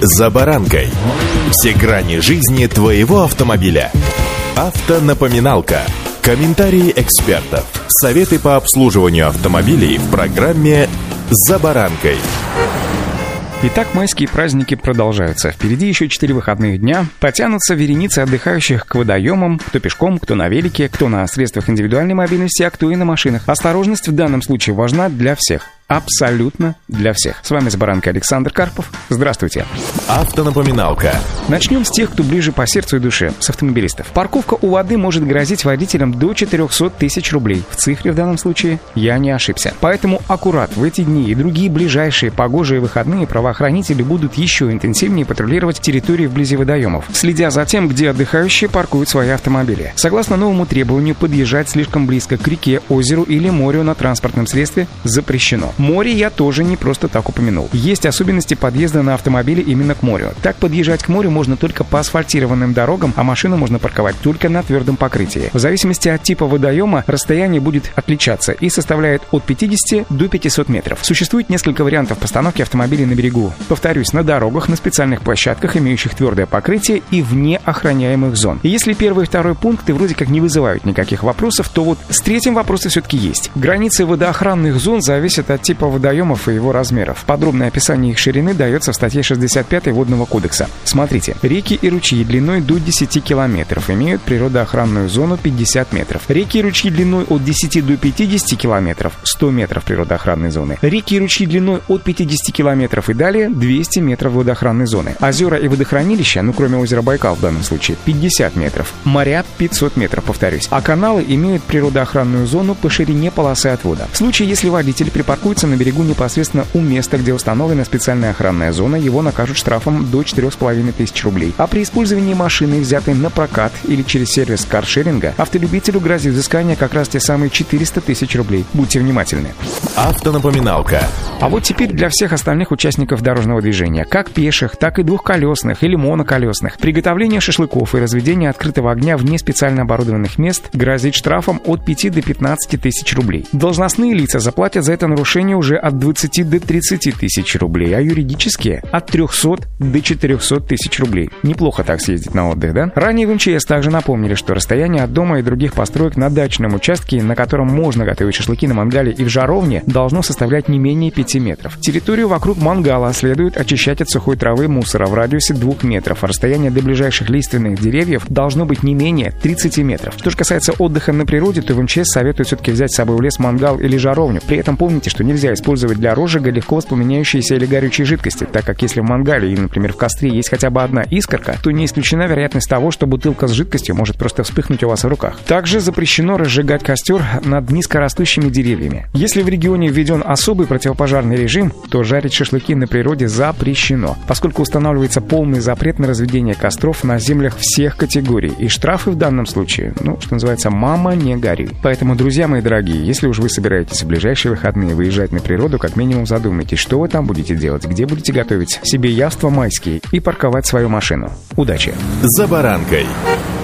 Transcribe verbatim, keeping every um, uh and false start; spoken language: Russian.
«За баранкой». Все грани жизни твоего автомобиля. Автонапоминалка. Комментарии экспертов. Советы по обслуживанию автомобилей в программе «За баранкой». Итак, майские праздники продолжаются. Впереди еще четыре выходных дня. Потянутся вереницы отдыхающих к водоемам, кто пешком, кто на велике, кто на средствах индивидуальной мобильности, а кто и на машинах. Осторожность в данном случае важна для всех. Абсолютно для всех. С вами «За баранкой» Александр Карпов. Здравствуйте. Автонапоминалка. Начнем с тех, кто ближе по сердцу и душе, с автомобилистов. Парковка у воды может грозить водителям до четыреста тысяч рублей. В цифре в данном случае я не ошибся. Поэтому аккурат в эти дни и другие ближайшие погожие выходные правоохранители будут еще интенсивнее патрулировать территории вблизи водоемов, следя за тем, где отдыхающие паркуют свои автомобили. Согласно новому требованию, подъезжать слишком близко к реке, озеру или морю на транспортном средстве запрещено. Море я тоже не просто так упомянул. Есть особенности подъезда на автомобиле именно к морю. Так, подъезжать к морю можно только по асфальтированным дорогам, а машину можно парковать только на твердом покрытии. В зависимости от типа водоема расстояние будет отличаться и составляет от пятидесяти до пятисот метров. Существует несколько вариантов постановки автомобилей на берегу. Повторюсь, на дорогах, на специальных площадках, имеющих твердое покрытие и вне охраняемых зон. И если первый и второй пункты вроде как не вызывают никаких вопросов, то вот с третьим вопросы все-таки есть. Границы водоохранных зон зависят от типа водоемов и его размеров. Подробное описание их ширины дается в статье шестьдесят пятой Водного кодекса. Смотрите, реки и ручьи длиной до десяти километров имеют природоохранную зону пятьдесят метров. Реки и ручьи длиной от десяти до пятидесяти километров сто метров природоохранной зоны. Реки и ручьи длиной от пятидесяти километров и далее двести метров водоохранной зоны. Озера и водохранилища, ну кроме озера Байкал в данном случае, пятьдесят метров. Моря пятьсот метров, повторюсь. А каналы имеют природоохранную зону по ширине полосы отвода. В случае, если водитель припаркуется на берегу непосредственно у места, где установлена специальная охранная зона, его накажут штрафом до четырех с половиной тысяч рублей. А при использовании машины, взятой на прокат или через сервис каршеринга, автолюбителю грозит взыскание как раз те самые четыреста тысяч рублей. Будьте внимательны. Автонапоминалка. А вот теперь для всех остальных участников дорожного движения, как пеших, так и двухколесных или моноколесных, приготовление шашлыков и разведение открытого огня вне специально оборудованных мест грозит штрафом от пяти до пятнадцати тысяч рублей. Должностные лица заплатят за это нарушение уже от двадцати до тридцати тысяч рублей, а юридические от трехсот до четырехсот тысяч рублей. Неплохо так съездить на отдых, да? Ранее в эм че эс также напомнили, что расстояние от дома и других построек на дачном участке, на котором можно готовить шашлыки на мангале и в жаровне, должно составлять не менее пяти метров. Территорию вокруг мангала следует очищать от сухой травы и мусора в радиусе двух метров, а расстояние до ближайших лиственных деревьев должно быть не менее тридцати метров. Что же касается отдыха на природе, то в эм че эс советуют все-таки взять с собой в лес мангал или жаровню. При этом помните, что нельзя использовать для розжига легко воспламеняющиеся или горючие жидкости, так как если в мангале или, например, в костре есть хотя бы одна искорка, то не исключена вероятность того, что бутылка с жидкостью может просто вспыхнуть у вас в руках. Также запрещено разжигать костер над низкорастущими деревьями. Если в регионе введен особый противопожарный режим, то жарить шашлыки на природе запрещено, поскольку устанавливается полный запрет на разведение костров на землях всех категорий, и штрафы в данном случае, ну, что называется, мама не горюй. Поэтому, друзья мои дорогие, если уж вы собираетесь в ближайшие выходные выезжать на природу, как минимум задумайтесь, что вы там будете делать, где будете готовить себе явства майские и парковать свою машину. Удачи! «За баранкой».